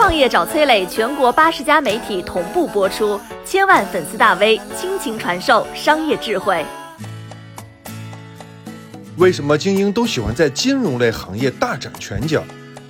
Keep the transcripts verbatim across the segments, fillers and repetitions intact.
创业找崔磊，全国八十家媒体同步播出，千万粉丝大 V 倾情传授商业智慧。 为什么精英都喜欢在金融类行业大展拳脚？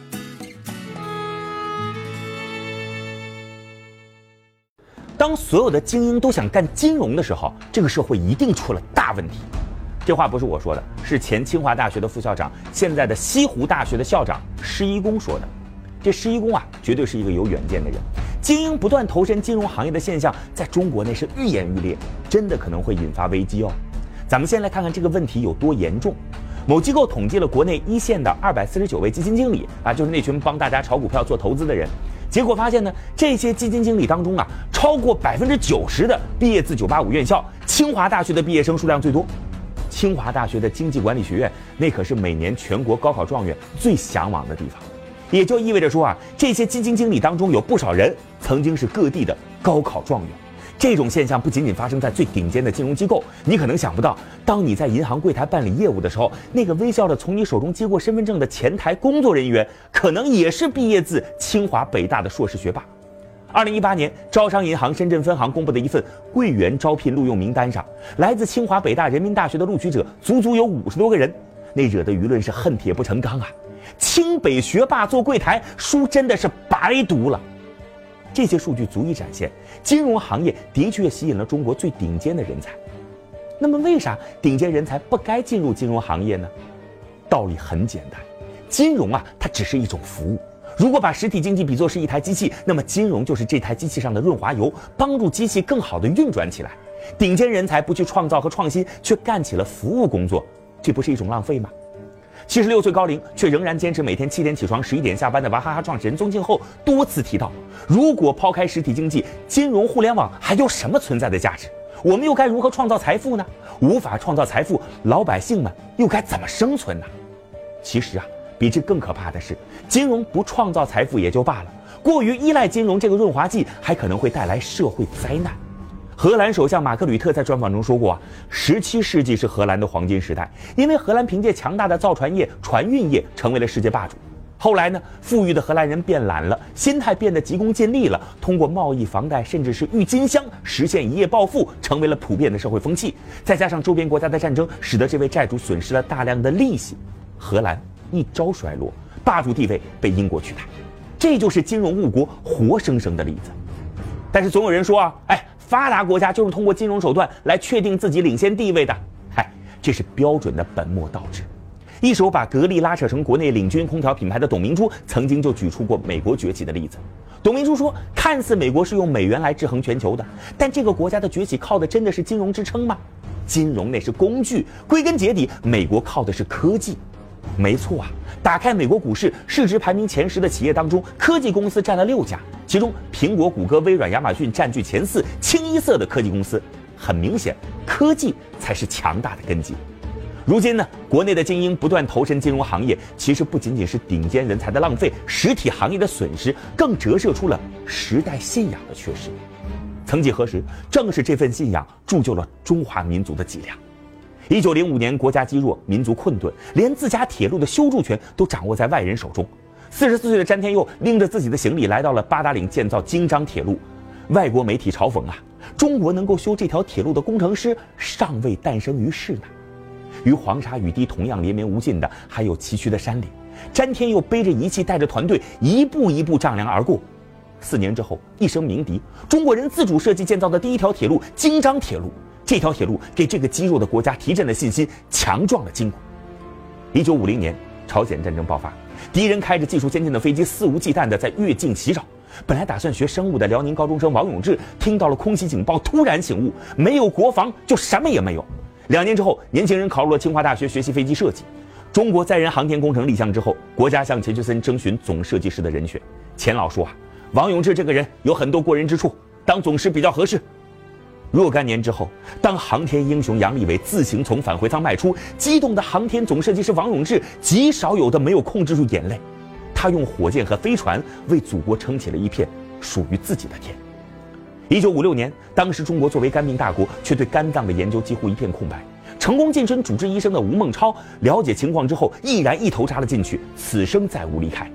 当所有的精英都想干金融的时候，这个社会一定出了大问题。这话不是我说的，是前清华大学的副校长，现在的西湖大学的校长施一公说的。这施一公啊，绝对是一个有远见的人。精英不断投身金融行业的现象，在中国内是愈演愈烈，真的可能会引发危机哦。咱们先来看看这个问题有多严重。某机构统计了国内一线的二百四十九位基金经理啊，就是那群帮大家炒股票做投资的人。结果发现呢，这些基金经理当中啊，超过百分之九十的毕业自九八五院校，清华大学的毕业生数量最多。清华大学的经济管理学院，那可是每年全国高考状元最向往的地方。也就意味着说啊，这些基金经理当中有不少人曾经是各地的高考状元。这种现象不仅仅发生在最顶尖的金融机构，你可能想不到，当你在银行柜台办理业务的时候，那个微笑着从你手中接过身份证的前台工作人员，可能也是毕业自清华北大的硕士学霸。二零一八年，招商银行深圳分行公布的一份柜员招聘录用名单上，来自清华北大人民大学的录取者足足有五十多个人，那惹得舆论是恨铁不成钢啊！清北学霸做柜台，书真的是白读了。这些数据足以展现，金融行业的确吸引了中国最顶尖的人才。那么为啥顶尖人才不该进入金融行业呢？道理很简单，金融啊，它只是一种服务。如果把实体经济比作是一台机器，那么金融就是这台机器上的润滑油，帮助机器更好地运转起来。顶尖人才不去创造和创新，却干起了服务工作，这不是一种浪费吗？七十六岁高龄却仍然坚持每天七点起床十一点下班的娃哈哈创始人宗庆后多次提到，如果抛开实体经济，金融互联网还有什么存在的价值？我们又该如何创造财富呢？无法创造财富，老百姓们又该怎么生存呢？其实啊，比这更可怕的是，金融不创造财富也就罢了，过于依赖金融这个润滑剂，还可能会带来社会灾难。荷兰首相马克吕特在专访中说过啊，十七世纪是荷兰的黄金时代，因为荷兰凭借强大的造船业、船运业成为了世界霸主。后来呢，富裕的荷兰人变懒了，心态变得急功近利了，通过贸易、房贷，甚至是郁金香，实现一夜暴富，成为了普遍的社会风气。再加上周边国家的战争，使得这位债主损失了大量的利息，荷兰一朝衰落，霸主地位被英国取代。这就是金融误国活生生的例子。但是总有人说啊，哎。发达国家就是通过金融手段来确定自己领先地位的，嗨，这是标准的本末倒置。一手把格力拉扯成国内领军空调品牌的董明珠，曾经就举出过美国崛起的例子。董明珠说，看似美国是用美元来制衡全球的，但这个国家的崛起靠的真的是金融支撑吗？金融那是工具，归根结底，美国靠的是科技。没错啊，打开美国股市，市值排名前十的企业当中，科技公司占了六家，其中苹果、谷歌、微软、亚马逊占据前四，清一色的科技公司。很明显，科技才是强大的根基。如今呢，国内的精英不断投身金融行业，其实不仅仅是顶尖人才的浪费，实体行业的损失，更折射出了时代信仰的缺失。曾几何时，正是这份信仰铸就了中华民族的脊梁。一九零五年，国家积弱，民族困顿，连自家铁路的修筑权都掌握在外人手中。四十四岁的詹天佑拎着自己的行李来到了八达岭建造京张铁路。外国媒体嘲讽啊，中国能够修这条铁路的工程师尚未诞生于世呢。与黄沙雨滴同样连绵无尽的，还有崎岖的山岭。詹天佑背着仪器，带着团队，一步一步丈量而过。四年之后，一声鸣笛，中国人自主设计建造的第一条铁路京张铁路。这条铁路给这个肌肉的国家提振了信心，强壮了筋骨。一九五零年，朝鲜战争爆发，敌人开着技术先进的飞机，肆无忌惮地在越境袭扰。本来打算学生物的辽宁高中生王永志，听到了空袭警报，突然醒悟，没有国防就什么也没有。两年之后，年轻人考入了清华大学学习飞机设计。中国载人航天工程立项之后，国家向钱学森征询总设计师的人选。钱老说啊，王永志这个人有很多过人之处，当总师比较合适。若干年之后，当航天英雄杨利伟自行从返回舱迈出，激动的航天总设计师王永志极少有的没有控制住眼泪。他用火箭和飞船为祖国撑起了一片属于自己的天。一九五六年，当时中国作为肝病大国，却对肝脏的研究几乎一片空白。成功晋升主治医生的吴孟超了解情况之后，毅然一头扎了进去，此生再无离开。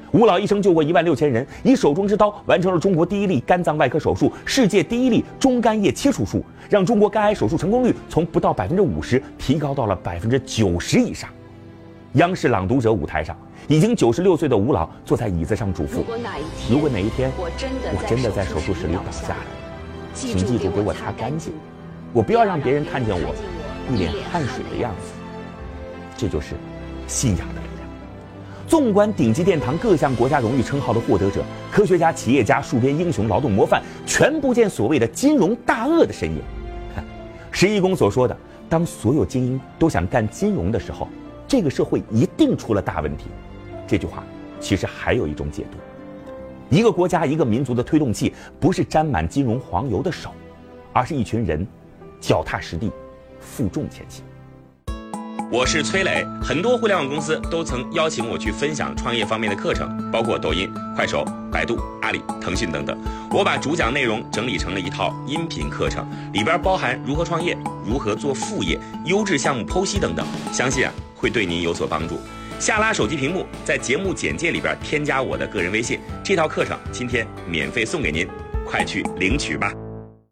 吴老一生救过一万六千人，以手中之刀完成了中国第一例肝脏外科手术，世界第一例中肝叶切除术，让中国肝癌手术成功率从不到百分之五十提高到了百分之九十以上。央视朗读者舞台上，已经九十六岁的吴老坐在椅子上嘱咐：如果哪一天我真的在手术室里倒下了，请记住给我擦干净，我不要让别人看见我一脸汗水的样子。这就是信仰的力量。纵观顶级殿堂各项国家荣誉称号的获得者，科学家、企业家、戍边英雄、劳动模范，全不见所谓的金融大鳄的身影。石一公所说的，当所有精英都想干金融的时候，这个社会一定出了大问题。这句话其实还有一种解读：一个国家、一个民族的推动器，不是沾满金融黄油的手，而是一群人脚踏实地、负重前行。 我是崔磊，很多互联网公司都曾邀请我去分享创业方面的课程，包括抖音、快手、百度、阿里、腾讯等等。我把主讲内容整理成了一套音频课程，里边包含如何创业、如何做副业、优质项目剖析等等，相信啊会对您有所帮助。下拉手机屏幕，在节目简介里边添加我的个人微信，这套课程今天免费送给您，快去领取吧。